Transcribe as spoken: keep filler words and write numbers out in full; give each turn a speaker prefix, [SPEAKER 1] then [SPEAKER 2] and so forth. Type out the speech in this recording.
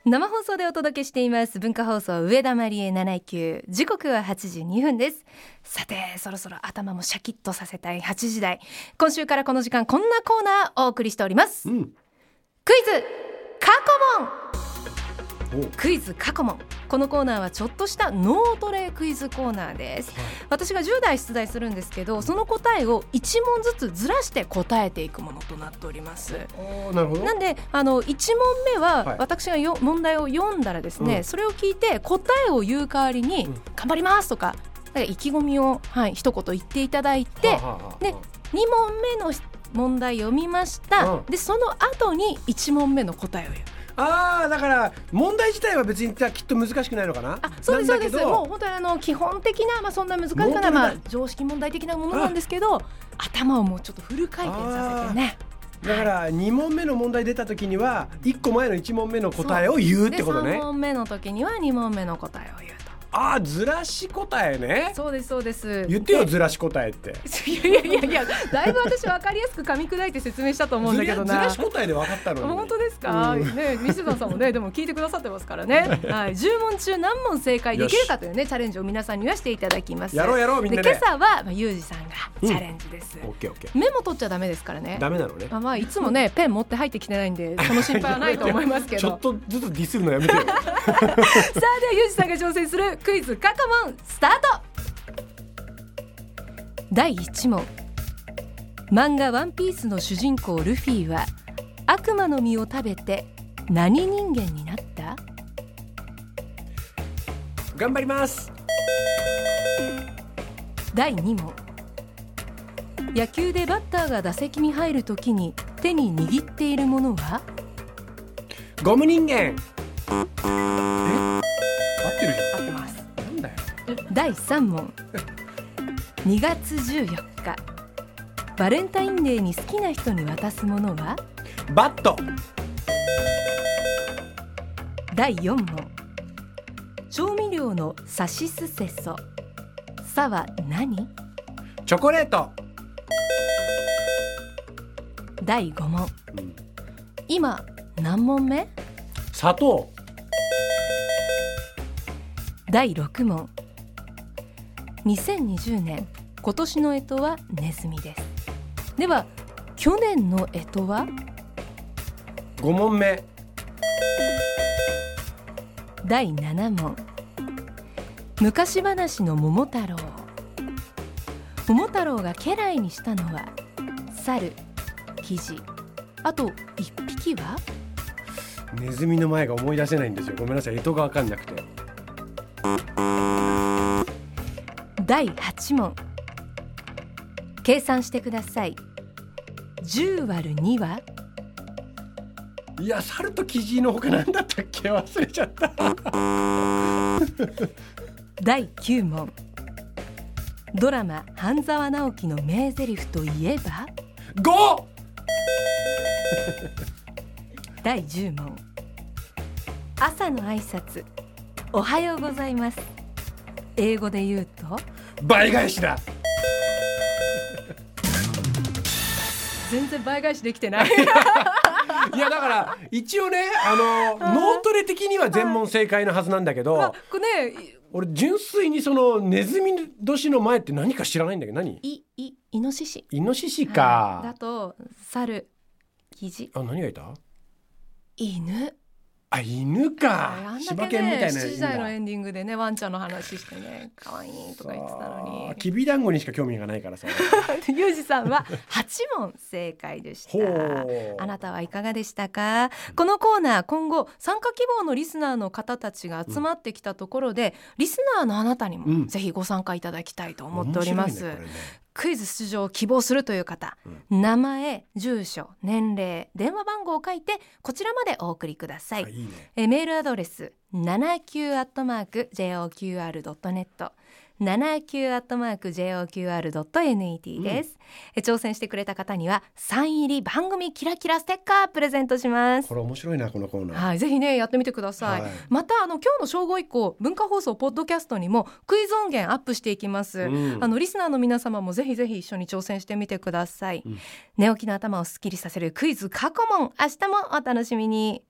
[SPEAKER 1] 生放送でお届けしています文化放送上田まりえななきゅう、時刻ははちじにふんです。さてそろそろ頭もシャキッとさせたいはちじ台、今週からこの時間こんなコーナーをお送りしております、うん、クイズ過去問。クイズ過去問、このコーナーはちょっとした脳トレクイズコーナーです、はい、私がじゅうだい出題するんですけど、その答えをいち問ずつずらして答えていくものとなっております。
[SPEAKER 2] なるほど。
[SPEAKER 1] なんであのいち問目は私がよ、はい、問題を読んだらですね、うん、それを聞いて答えを言う代わりに、うん、頑張りますとか意気込みを、はい、一言言っていただいて、はあはあ、でに問目の問題読みました、うん、でその後にいち問目の答えを言う。
[SPEAKER 2] ああ、だから問題自体は別にきっと難しくないのかな。
[SPEAKER 1] あ、そうですそうです。もう本当にあの基本的な、まあ、そんな難しくない、まあ、常識問題的なものなんですけど、頭をもうちょっとフル回転させてね。
[SPEAKER 2] だからに問目の問題出た時にはいっこまえのいち問目の答えを言うってことね。
[SPEAKER 1] でさん問目の時にはに問目の答えを言うと。
[SPEAKER 2] ああ、ずらし答えね。
[SPEAKER 1] そうですそうです。
[SPEAKER 2] 言ってよ、ずらし答えって。
[SPEAKER 1] いやいやいや、だいぶ私分かりやすく噛み砕いて説明したと思うんだけどな。
[SPEAKER 2] ずらし答えで分かったのに。
[SPEAKER 1] 本当ですか、うん、ね、西田さんもねでも聞いてくださってますからね、はい、じゅう問中何問正解できるかというねチャレンジを皆さんにはしていただきます。
[SPEAKER 2] やろうやろうみんなで。
[SPEAKER 1] で今朝は、まあ、ゆうじさんがチャレンジです、
[SPEAKER 2] うん、オッケーオッケー。
[SPEAKER 1] メモ取っちゃダメですからね。
[SPEAKER 2] ダメなのね。
[SPEAKER 1] あ、まあ、いつもねペン持って入ってきてないんでその心配はないと思いますけど
[SPEAKER 2] ちょっとずつディスるのやめてよさ
[SPEAKER 1] あではゆうじさんが挑戦するクイズ過去問スタート。だいいち問、漫画ワンピースの主人公ルフィは悪魔の実を食べて何人間になった？
[SPEAKER 2] 頑張ります。
[SPEAKER 1] だいに問、野球でバッターが打席に入るときに手に握っているものは？
[SPEAKER 2] ゴム人間。え？合ってるじゃん。
[SPEAKER 1] 合ってます。
[SPEAKER 2] なんだよ。
[SPEAKER 1] だいさん問、にがつじゅうよっかバレンタインデーに好きな人に渡すものは？
[SPEAKER 2] バット。
[SPEAKER 1] だいよん問、調味料のさしすせそ、さは何？
[SPEAKER 2] チョコレート。
[SPEAKER 1] だいご問、うん、今何問目？
[SPEAKER 2] 砂糖。
[SPEAKER 1] だいろく問、にせんにじゅうねん今年の干支はネズミです。では去年の干支は？
[SPEAKER 2] ご問目。
[SPEAKER 1] だいなな問、昔話の桃太郎。桃太郎が家来にしたのは猿、キジ、あといっぴきは？
[SPEAKER 2] ネズミの前が思い出せないんですよ。ごめんなさい、干支が分かんなくて。
[SPEAKER 1] だいはち問、計算してください。じゅう割るには？
[SPEAKER 2] いや、猿とキジの他何だったっけ、忘れちゃった
[SPEAKER 1] だいきゅう問、ドラマ半沢直樹の名台詞といえば？
[SPEAKER 2] ご。
[SPEAKER 1] だいじゅう問、朝の挨拶おはようございます、英語で言うと？
[SPEAKER 2] 倍返しだ
[SPEAKER 1] 全然倍返しできてない
[SPEAKER 2] いやだから一応ね、あの脳トレ的には全問正解のはずなんだけど、まあ、
[SPEAKER 1] これね、
[SPEAKER 2] 俺純粋にそのネズミ年の前って何か知らないんだけど、何？
[SPEAKER 1] い、い、イノシシ。
[SPEAKER 2] イノシシか。
[SPEAKER 1] だと猿、キジ。
[SPEAKER 2] あ、何がいた？
[SPEAKER 1] 犬。
[SPEAKER 2] あ、犬か。柴犬みたいな。
[SPEAKER 1] しちじ台のエンディングでね、ワンちゃんの話してね、可愛いとか言ってたのに。
[SPEAKER 2] きびだんごにしか興味がないからさ。
[SPEAKER 1] ゆうじさんははち問正解でした。あなたはいかがでしたか？このコーナー、今後参加希望のリスナーの方たちが集まってきたところで、うん、リスナーのあなたにもぜひご参加いただきたいと思っております。うん、クイズ出場を希望するという方、うん、名前、住所、年齢、電話番号を書いてこちらまでお送りください。いいね、えメールアドレス ななきゅう アットマーク ジェイオーキューアール ドットネット ななきゅう アットマーク ジェイオーキューアール ドットネット です、うん、え挑戦してくれた方にはサイン入り番組キラキラステッカープレゼントします。
[SPEAKER 2] これ面白いな、このコーナー。
[SPEAKER 1] はい、ぜひねやってみてください。はい、またあの今日の正午以降、文化放送ポッドキャストにもクイズ音源アップしていきます。うん、あのリスナーの皆様もぜひぜひ一緒に挑戦してみてください。うん、寝起きの頭をすっきりさせるクイズ過去問、明日もお楽しみに。